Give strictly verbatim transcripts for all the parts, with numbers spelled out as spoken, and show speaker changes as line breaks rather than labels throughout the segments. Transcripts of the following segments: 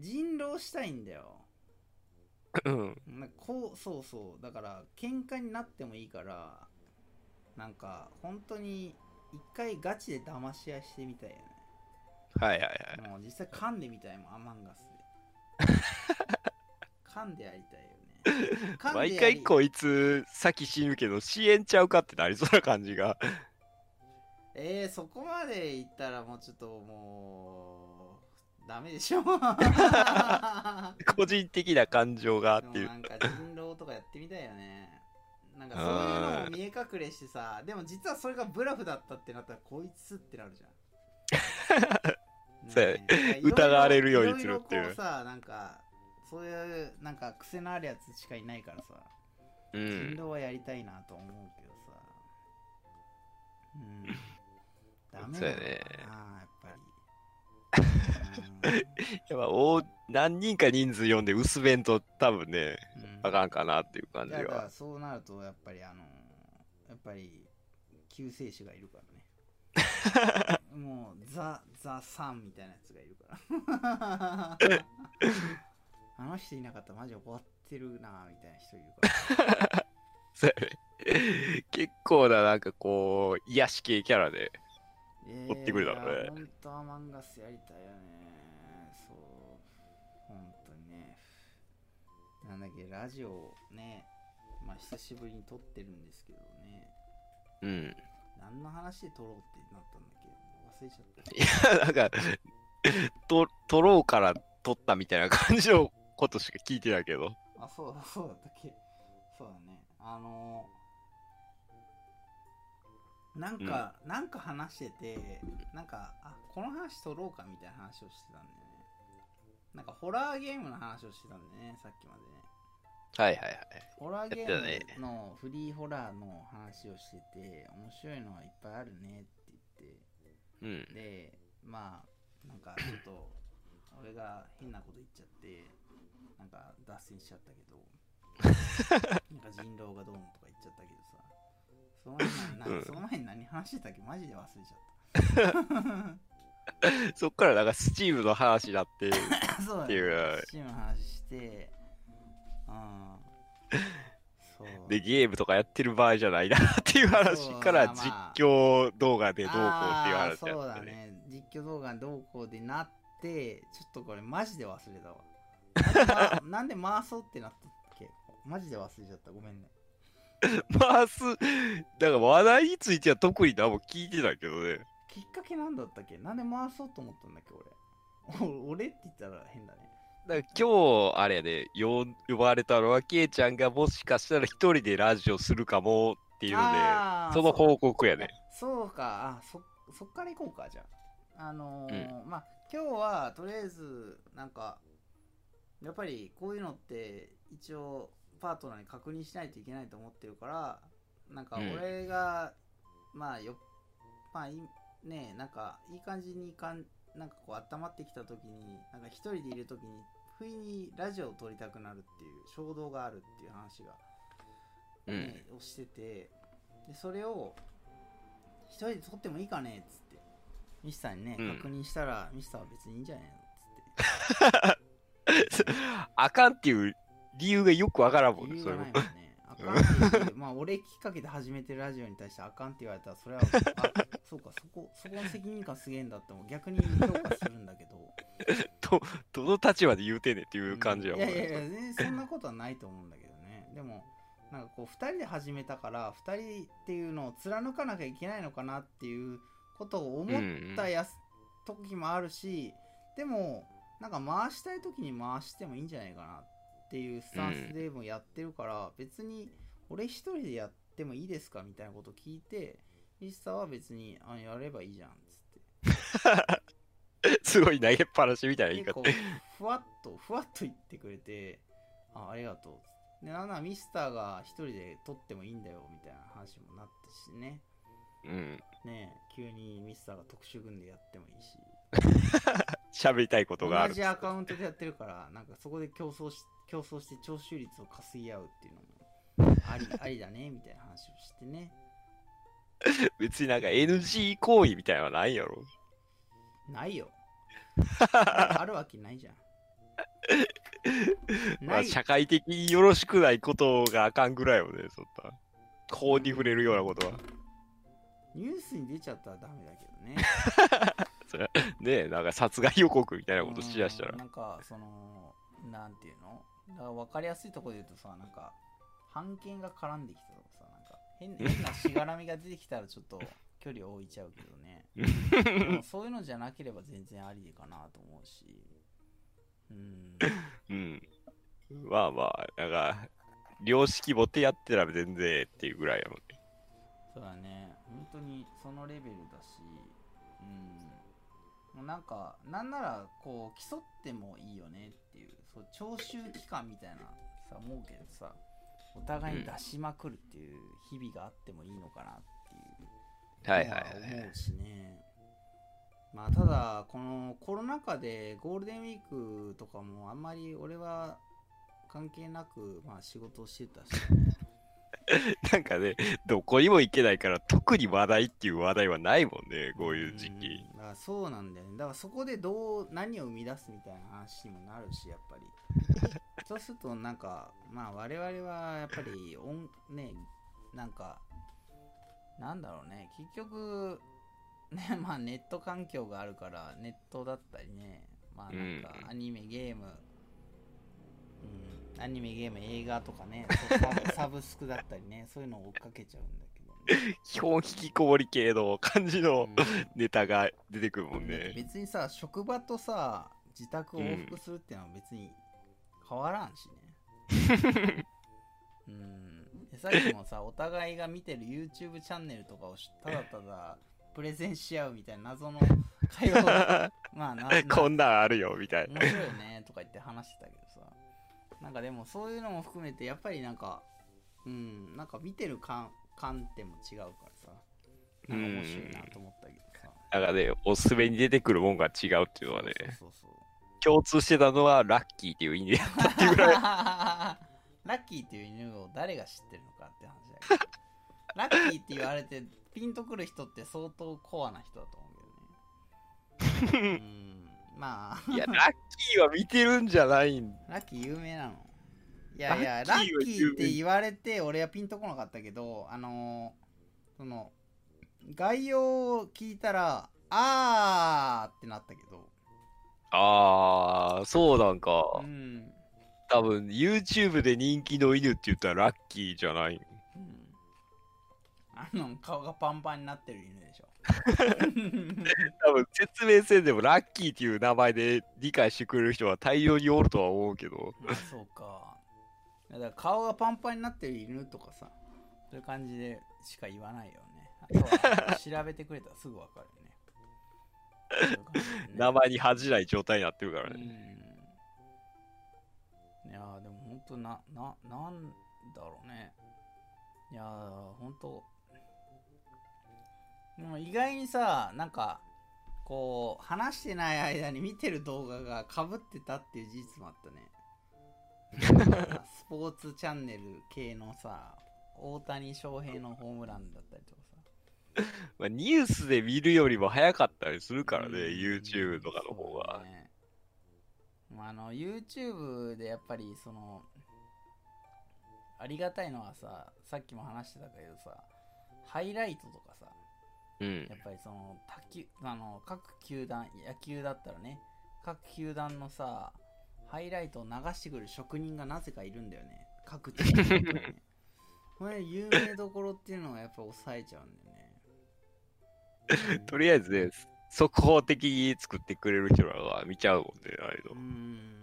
人狼したいんだよ。
うん。
なんかこう、そうそう。だから、喧嘩になってもいいから、なんか、本当に、一回ガチで騙し合いしてみたいよね。
はいはいはい。
もう実際噛んでみたいもん、アマンガスで。噛んでやりたいよね。噛んで
毎
やり、
回こいつ先死ぬけど支援ちゃうかってなりそうな感じが。
えー、そこまでいったらもうちょっともう、ダメでしょ。
個人的な感情がっていう。
でもなんか人狼とかやってみたいよね。なんか
う
そういうのも
ーん。
見え隠れしてさ、でも実はそれがブラフだったってなったらこいつってなるじゃん。
そうや
ねえ、いろい
疑われ
ろ
るようにする
いろいろ
っていう。
こうさ、なんかそういうなんか癖のあるやつしかいないからさ、人
うん。
狼はやりたいなと思うけどさ、うん、ダメなのか
そうやね。
な、やっぱり。
やっぱ大、何人か人数呼んで薄弁と多分ね、
うん、うん、
あかんかなっていう感
いやだから
じは。
そうなるとやっぱりあのやっぱり救世主がいるからね。もうザ・ザ・サンみたいなやつがいるからあの人いなかったらマジ怒ってるなみたいな人いるから
そうやね。結構な、なんかこう、癒し系キャラで追ってく
えー、いや
るだろうね。
ほんとアマンガスやりたいよね。そうほんとにね。なんだっけ、ラジオね、まあ久しぶりに撮ってるんですけどね、
うん。
何の話で撮ろうってなったんだっけ、忘れちゃった。
いや、なんか、と、撮ろうから撮ったみたいな感じのことしか聞いてないけど。
あ、そうだ、そうだったっけ。そうだね。あのー、なん
うん。
か、なんか話してて、なんか、あ、この話撮ろうかみたいな話をしてたんだよね。なんか、ホラーゲームの話をしてたんだよね、さっきまでね。
はいはいはい。
ホラーゲー
やってたね。
ムのフリーホラーの話をしてて、面白いのはいっぱいあるねって言って
うん。
で、まあなんかちょっと俺が変なこと言っちゃってなんか脱線しちゃったけど、なんか人狼がどうのとか言っちゃったけどさ、その前に
うん。
その前に何話してたっけ、マジで忘れちゃった
そっからなんかスチームの話になってっ
そうだね、
ていう。
スチームの話して、うん、そう
で、ゲームとかやってる場合じゃないなっていう話
そう
から実
な、ま
況動画で
あ
どうこうっていう
ああ、
話やっ
そうだ
たね。
ね、実況動画どうこうでなって、ちょっとこれマジで忘れたわ。なんで、ま、なんで回そうってなったっけ、マジで忘れちゃった、ごめんね。
回す、だから話題については特に何も聞いてないけどね。
きっかけなんだったっけ、なんで回そうと思ったんだっけ俺お俺って言ったら変だね。
だから今日、あれやで、呼呼ばれたのは、ケイちゃんがもしかしたら一人でラジオするかもっていうので、
ああ、そ
その報告や
う
ね。
そうか、あ、そそっから行こうか、じゃあ。あの
うん。
ー、まあ今日はとりあえずなんかやっぱりこういうのって一応パートナーに確認しないといけないと思ってるから、なんか
うん。
俺がまあよまあいねなんかいい感じにかんなんかこう温まってきた時に、なんか一人でいる時に不意にラジオを撮りたくなるっていう衝動があるっていう話が、
うん。
ね、をしてて、でそれを一人で撮ってもいいかねっつってミスターにね
うん。
確認したら、ミスターは別にいいんじゃないのっつって。
あかんっていう理由がよくわからんもんね、
理由が
それも。
ないもんね。あかんっていう、まあ俺きっかけで始めてるラジオに対してあかんって言われたら、それは、あ、そうか、そこ、そこの責任感すげえんだっても逆に評価するんだけど、
ど、どの立場で言うてんねんっていう感
うん、
じやもんね、
いやいやいや、
それ。
全然そんなことはないと思うんだけどね。でも、なんかこう、ふたりで始めたから、ふたりっていうのを貫かなきゃいけないのかなっていうことを
うんう
思った
ん。
やす時もあるし、でも、なんか回したい時に回してもいいんじゃないかなっていうスタンス
うん。
でもやってるから、別に俺一人でやってもいいですかみたいなこと聞いて、ミスターは別にあやればいいじゃんっつって。
すごい投げっぱなしみたいな言い方。
結構ふわっとふわっと言ってくれて、あありがとう。でなんならミスターが一人で撮ってもいいんだよみたいな話もなってしね。
うん。
ねえ急にミスターが特殊軍でやってもいいし、
喋りたいことがあ
同
るっつって。
じアカウントでやってるからなんかそこで競争し競争して聴取率を稼ぎ合うっていうのもありありだねみたいな話をしてね。
別になんか エヌジー 行為みたいなのはないやろ。
ないよ。あるあるわけないじゃん。
まあ、社会的によろしくないことがあかんぐらいよね、そんな。法に触れるようなことは。
ニュースに出ちゃったらダメだけどね。
それねえ、なんか殺害予告みたいなことしだしたら。
なんか、その、なんていうのだから分かりやすいところで言うとさ、なんか、判権が絡んできたとかさ、なんか変、変なしがらみが出てきたらちょっと距離を置いちゃうけどね。でもそういうのじゃなければ全然ありかなと思うし。うん。
うん。まあまあ、なんか、良識持ってやってたら全然っていうぐらいやもんね。
そうだね。本当にそのレベルだし、うん。もうなんか、なんなら、こう、競ってもいいよねっていう、そう徴収期間みたいなさ、思うけどさ、お互いに出しまくるっていう日々があってもいいのかなっていう
はいはいはい。
思うしね。まあ、ただ、このコロナ禍でゴールデンウィークとかもあんまり俺は関係なく、まあ、仕事をしてたしね。
なんかね、どこにも行けないから、特に話題っていう話題はないもんね、こういう時期。
うんだからそうなんだよね。だからそこでどう、何を生み出すみたいな話にもなるし、やっぱり。そうすると、なんか、まあ我々はやっぱり、音ね、なんか、なんだろうね、結局、ね、まあネット環境があるから、ネットだったりね、まあなんかアニメ、ゲーム、うん、アニメ、ゲーム、映画とかね、サブ、サブスクだったりね、そういうのを追っかけちゃうんだけど、ね、
基本引きこもり系の感じのネタが出てくるもんね。
別にさ、職場とさ、自宅を往復するっていうのは別に変わらんしね。うん、さっきもさ、お互いが見てる YouTube チャンネルとかをただただプレゼンし合うみたいな謎の会話をまあな
こんなんあるよみたいな。
面白いよねとか言って話してたけどさ、なんかでもそういうのも含めてやっぱりなんか、うん、なんか見てる観観点も違うからさ、なんか面白いなと思ったけどさ。
なんかね、おすすめに出てくるもんが違うっていうのはね、
そうそうそうそう、
共通してたのはラッキーっていう意味でやったっていうぐらい。
ラッキーっていう犬を誰が知ってるのかって話だけど、ラッキーって言われてピンとくる人って相当コアな人だと思うけどね。うん、まあ
いや、ラッキーは見てるんじゃないん。
ラッキー有名なの？いやいや、ラッキーって言われて俺はピンとこなかったけど、あのー、その概要を聞いたらあーってなったけど。
あー、そうなんか。
うん。
多分 YouTube で人気の犬って言ったらラッキーじゃない。
うん、あの顔がパンパンになってる犬でしょ。
多分説明せんでもラッキーっていう名前で理解してくれる人は大量におるとは思うけど。
あ、そうか。だから顔がパンパンになってる犬とかさ、そういう感じでしか言わないよね。あとは調べてくれたらすぐわかるよね。そういう感じでね、
名前に恥じない状態になってるからね。
うん、いやーでも本当な、な、なんだろうね。いやー本当でも意外にさ、なんかこう話してない間に見てる動画がかぶってたっていう事実もあったね。スポーツチャンネル系のさ、大谷翔平のホームランだったりとかさ、
まあ、ニュースで見るよりも早かったりするからね、YouTube とかの方が。
ね、あの YouTube でやっぱりそのありがたいのはさ、さっきも話してたけどさ、ハイライトとかさ、
うん、
やっぱりその卓球、あの各球団、野球だったらね、各球団のさハイライトを流してくる職人がなぜかいるんだよね、各地域に、ね、これ有名どころっていうのはやっぱ抑えちゃうんだよ
ね。とりあえずね、速報的に作ってくれる人らが見ちゃうもんね、あれの。
うん。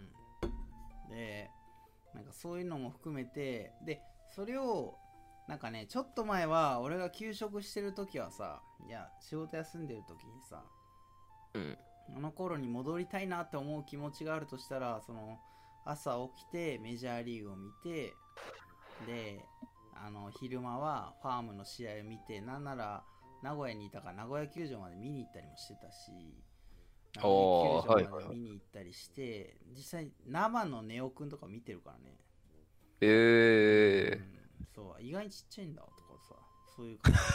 で、なんかそういうのも含めて、で、それをなんかね、ちょっと前は俺が休職してる時はさ、いや仕事休んでる時にさ、
うん、
あの頃に戻りたいなって思う気持ちがあるとしたら、その朝起きてメジャーリーグを見て、で、あの昼間はファームの試合を見て、なんなら名古屋にいたから名古屋球場まで見に行ったりもしてたし、名古屋球場まで見に行ったりして、はいはいはい、実際生のネオくんとか見てるからね。
えー、
うん、そう意外にちっちゃいんだとかさ、そういう感じ、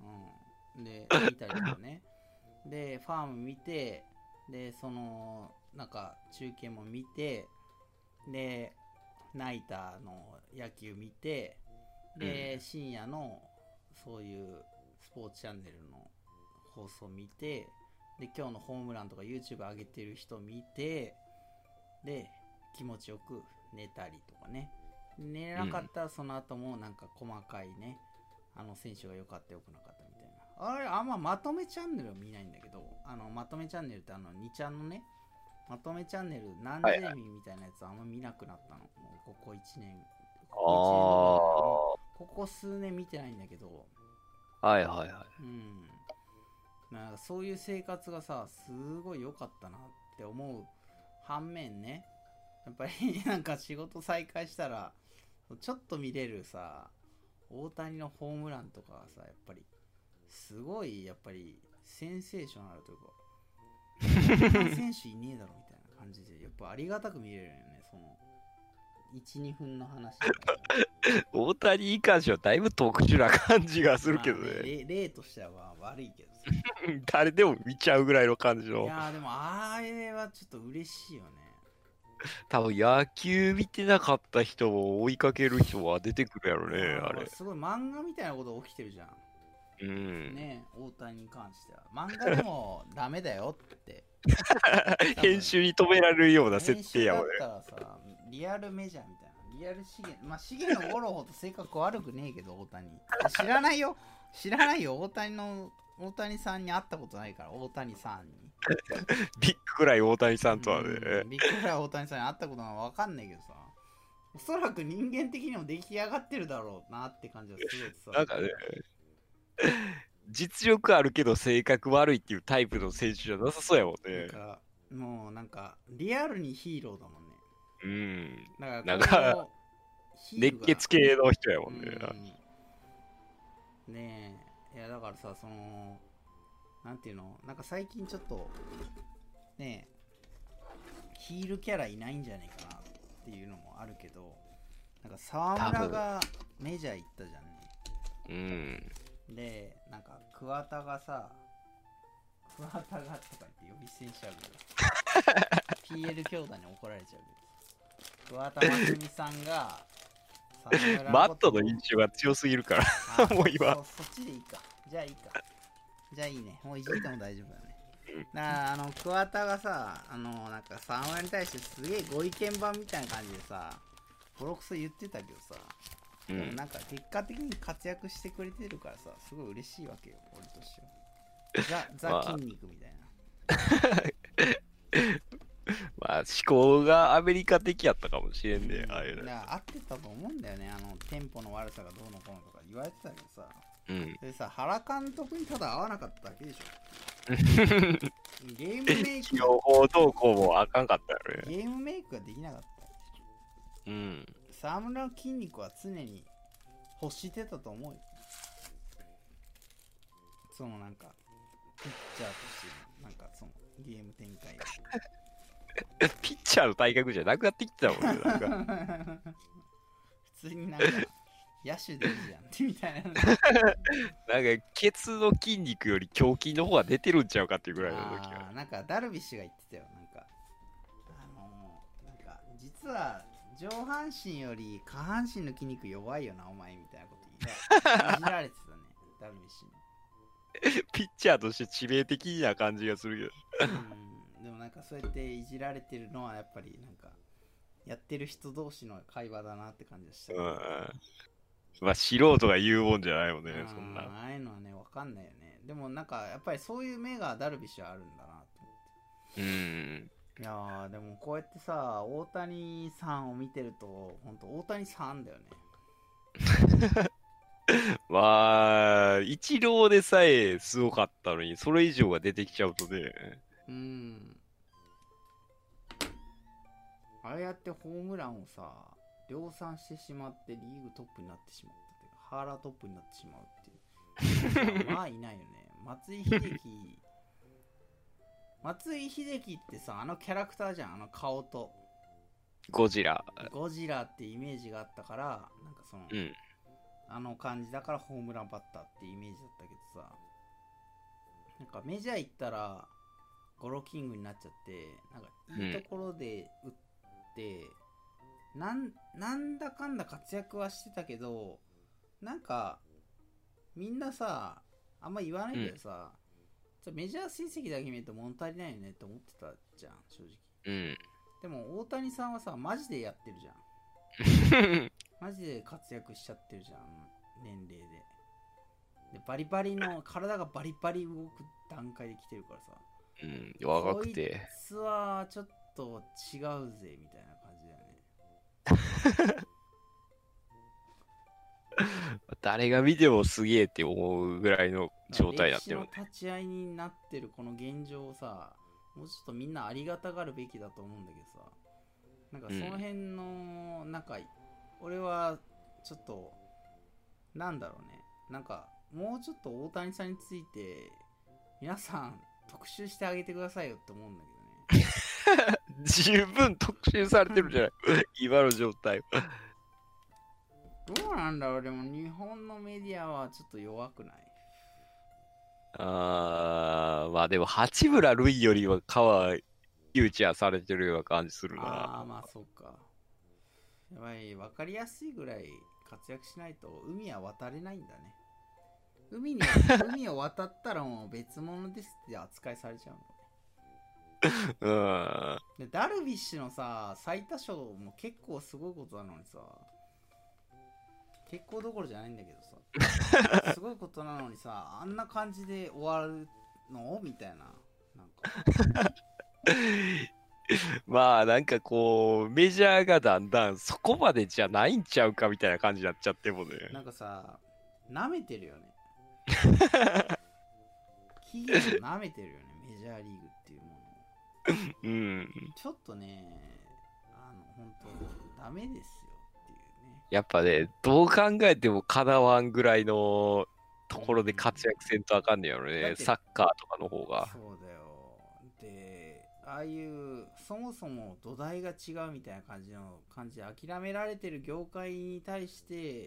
うん、で見たりとかね。でファーム見て、でそのなんか中継も見て、でナイターの野球見て、で、うん、深夜のそういうスポーツチャンネルの放送見て、で今日のホームランとか YouTube 上げてる人見て、で気持ちよく寝たりとかね。寝れなかったらその後もなんか細かいね、あの選手が良かった良くなかったみたいな。あれあんままとめチャンネルは見ないんだけど、あのまとめチャンネルってあのにちゃんのね、まとめチャンネル何ゼミみたいなやつあんま見なくなったの。もうここいちねん、ここいちねん、ここ数年見てないんだけど。
はいはいはい。
うん。なんかそういう生活がさ、すごい良かったなって思う反面ね、やっぱりなんか仕事再開したらちょっと見れるさ、大谷のホームランとかはさ、やっぱりすごいやっぱりセンセーショナルというか、こんな選手いねえだろみたいな感じで、やっぱありがたく見れるよね、そのいち、にふんの話。
大谷に関してはだいぶ特殊な感じがするけどね。まあ、
ね、例としては悪いけどさ。
誰でも見ちゃうぐらいの感じの。
いやーでもあれはちょっと嬉しいよね。
多分野球見てなかった人を追いかける人は出てくるやろね、あれ。
すごい漫画みたいなこと起きてるじゃん。
うん。
ね、大谷に関しては。漫画でもダメだよって。
編集に止められるような設定やもんね。
編集だったらさ、リアルメジャーみたいな。リアル資源、まあ資源のゴロほど性格悪くねえけど、大谷。知らないよ。知らないよ。大谷の、大谷さんに会ったことないから、大谷さんに。
ビッグくらい大谷さんとはね。
ビッグくらい大谷さんに会ったことがわかんないけどさ。おそらく人間的にも出来上がってるだろうなって感じがすごいさ。
なんかね、実力あるけど性格悪いっていうタイプの選手じゃなさそうやもんね。
なんかもうなんかリアルにヒーローだもんね。
うん。
だから
なんか熱血系の人やもんね。
うん、ねえ、いやだからさ、そのなんていうの、なんか最近ちょっとねえヒールキャラいないんじゃないかなっていうのもあるけど、なんか沢村がメジャー行ったじゃんね。うん。で、なんか桑田がさ、桑田がとか言って呼び捨てにしちゃうけど、ピーエル 兄弟に怒られちゃうけど、桑田真澄さんが
マットの印象が強すぎるからもう今
そ, そっちでいいか。じゃあいいか。じゃあいいね。もういじっても大丈夫だね。だからあの桑田がさ、あのなんか沢村に対してすげえご意見番みたいな感じでさ、ボロクソ言ってたけどさ、うん、でもなんか結果的に活躍してくれてるからさ、すごい嬉しいわけよ、俺としては。ザ、ザ筋肉みたい
な。まあ思考がアメリカ的やったかもしれんね、うん、ああいうの。
合ってたと思うんだよね、あのテンポの悪さがどうのこうのとか言われてたけどさ、うん、でさ、原監督にただ合わなかっただけでしょ。ゲームメイク
情報動向もあかんかったよね。
ゲームメイクができなかった。うん。沢村の筋肉は常に欲してたと思うよ。そのなんかピッチャーとしてなんかそのゲーム展開
ピッチャーの体格じゃなくなってきてたもんね。なんか
普通になんか野手でいいじゃんってみたいな。なん
かケツの筋肉より胸筋の方が出てるんちゃうかっていうぐらいの時は。
なんかダルビッシュが言ってたよ。なんかあのー、なんか実は上半身より下半身の筋肉弱いよなお前みたいなこと言いじられてたね、ダルビッシュに。
ピッチャーとして致命的な感じがするけど。
うん、でもなんかそうやっていじられてるのはやっぱりなんかやってる人同士の会話だなって感じがした、ね。うん。
まあ素人が言うもんじゃないよね、そんな。
ああいうのはね、わかんないよね。でもなんかやっぱりそういう目がダルビッシュはあるんだなと思って。うん。いやーでもこうやってさ、大谷さんを見てると本当大谷さんだよね。
まあイチローでさえすごかったのにそれ以上が出てきちゃうとね。
うん。ああやってホームランをさ量産してしまってリーグトップになってしまったっていうか、ハーラートップになってしまうっていうまあいないよね。松井秀喜松井秀喜ってさ、あのキャラクターじゃん、あの顔と
ゴジラ
ゴジラってイメージがあったから、なんかその、うん、あの感じだからホームランバッターってイメージだったけどさ、なんかメジャー行ったらゴロキングになっちゃって、なんかいいところで打って、うん、なんなんだかんだ活躍はしてたけど、なんかみんなさあんま言わないけどさ、うん、メジャー成績だけ見ると物足りないよねって思ってたじゃん正直、うん、でも大谷さんはさマジでやってるじゃんマジで活躍しちゃってるじゃん年齢で。でバリバリの体がバリバリ動く段階で来てるからさ、
うん、若くて
こいつはちょっと違うぜみたいな感じだよね
誰が見てもすげえって思うぐらいの状態になってる、ね、
歴史の立ち会いになってるこの現状をさ、もうちょっとみんなありがたがるべきだと思うんだけどさ、なんかその辺の、うん、なんか俺はちょっとなんだろうね、なんかもうちょっと大谷さんについて皆さん特集してあげてくださいよって思うんだけどね
十分特集されてるじゃない今の状態は
どうなんだろう。でも日本のメディアはちょっと弱くない？
あー、まあでも八村塁よりは川ユーチャーされてるような感じするな。
ああ、まあそうか。やばい、分かりやすいぐらい活躍しないと海は渡れないんだね。海に海を渡ったらもう別物ですって扱いされちゃうの。うん。でダルビッシュのさ最多勝も結構すごいことなのにさ、結構どころじゃないんだけどさすごいことなのにさ、あんな感じで終わるのみたいな、なんか
まあなんかこうメジャーがだんだんそこまでじゃないんちゃうかみたいな感じになっちゃってもね、
なんかさ舐めてるよね企業舐めてるよねメジャーリーグっていうものをうん、ちょっとねあの本当ダメですよっていうね。
やっぱねどう考えてもかなわんぐらいのところで活躍せんとあかんねやろね、うん、サッカーとかの方が。
そうだよ。でああいうそもそも土台が違うみたいな感じの感じで諦められてる業界に対して、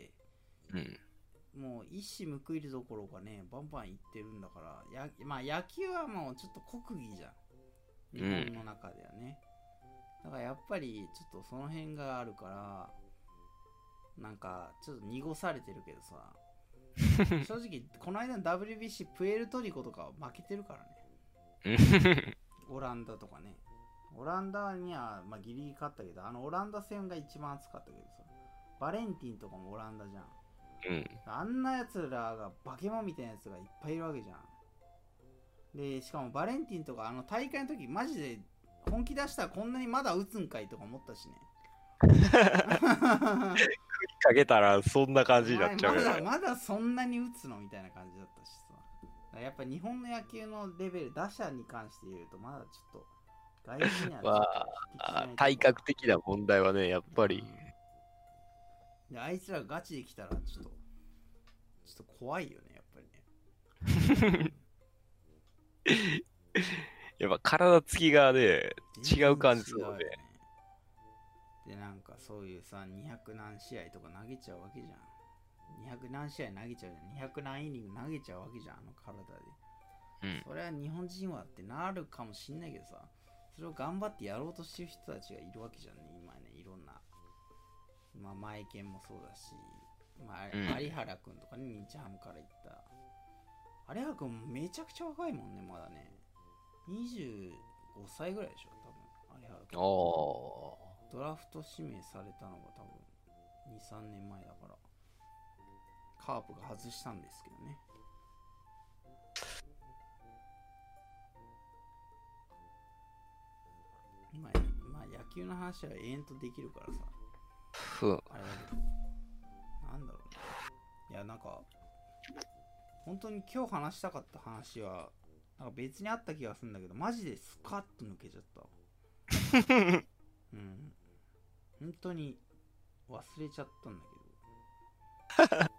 うん、もう一矢報いるどころかねバンバンいってるんだから、や、まあ、野球はもうちょっと国技じゃん日本の中ではね、うん、だからやっぱりちょっとその辺があるからなんかちょっと濁されてるけどさ正直この間の ダブリュービーシー プエルトリコとか負けてるからねオランダとかね、オランダには、まあ、ギリギリ勝ったけど、あのオランダ戦が一番熱かったけどさ、バレンティンとかもオランダじゃん、うん、あんなやつらがバケモンみたいなやつがいっぱいいるわけじゃん。でしかもバレンティンとかあの大会の時マジで本気出したらこんなにまだ打つんかいとか思ったしね
かけたらそんな感じになっちゃうよ、
まだまだそんなに打つのみたいな感じだったしさ、やっぱ日本の野球のレベル打者に関して言うとまだちょっと外人にはちょっと、ま
あ、体格的な問題はねやっぱり、
うん、であいつらガチで来たらちょっとちょっと怖いよねやっぱりね
やっぱ体つきがね違う感じするので、ね、
でなんかそういうさにひゃく何試合とか投げちゃうわけじゃん。にひゃく何試合投げちゃうじゃん。にひゃく何イニング投げちゃうわけじゃんあの体で、うん、それは日本人はってなるかもしんないけどさ、それを頑張ってやろうとしてる人たちがいるわけじゃんね今ね。いろんなまあマイケンもそうだし、まあ、うん、有原くんとかね日ハムから行った有原くんもめちゃくちゃ若いもんねまだね。にじゅうごさいぐらいでしょ多分有原くん。ドラフト指名されたのが多分にさんねんまえだからカープが外したんですけどね。まあ、まあ、野球の話は永遠とできるからさ。
ふう。あれだけど
なんだろうね。いやなんか本当に今日話したかった話はなんか別にあった気がするんだけどマジでスカッと抜けちゃったうん本当に忘れちゃったんだけど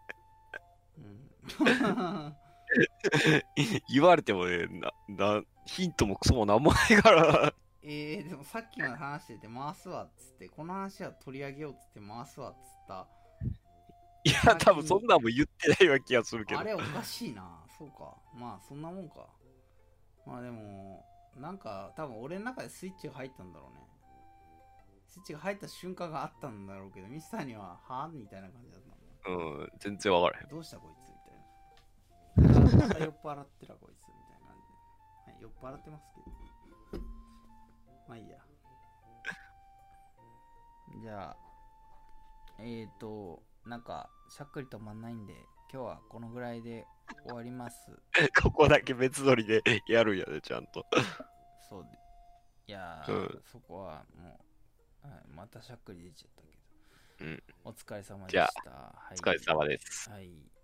うん
言われてもねななヒントもクソもなんもないから
えー、でもさっきまで話してて回すわっつってこの話は取り上げようっつって回すわっつった
いや多分そんなんも言ってないような気がするけど
あれおかしいな。そうかまあそんなもんか。まあでもなんか多分俺の中でスイッチが入ったんだろうね。スイッチが入った瞬間があったんだろうけど、ミスターにははぁみたいな感じだったもん。
うん、全然わからへん。
どうしたこいつみたいな。また酔っ払ってらこいつみたいな感じで。はい、酔っ払ってますけど。まあいいや。じゃあ、えーと、なんか、しゃっくり止まんないんで、今日はこのぐらいで終わります。
ここだけ別撮りでやるんやで、ちゃんと。
そうで。いやー、
うん、
そこはもう、はい、またしゃっくり出ちゃったけど。
うん。
お疲れ様で
じゃあ
した。はい、
お疲れ様です。
はい。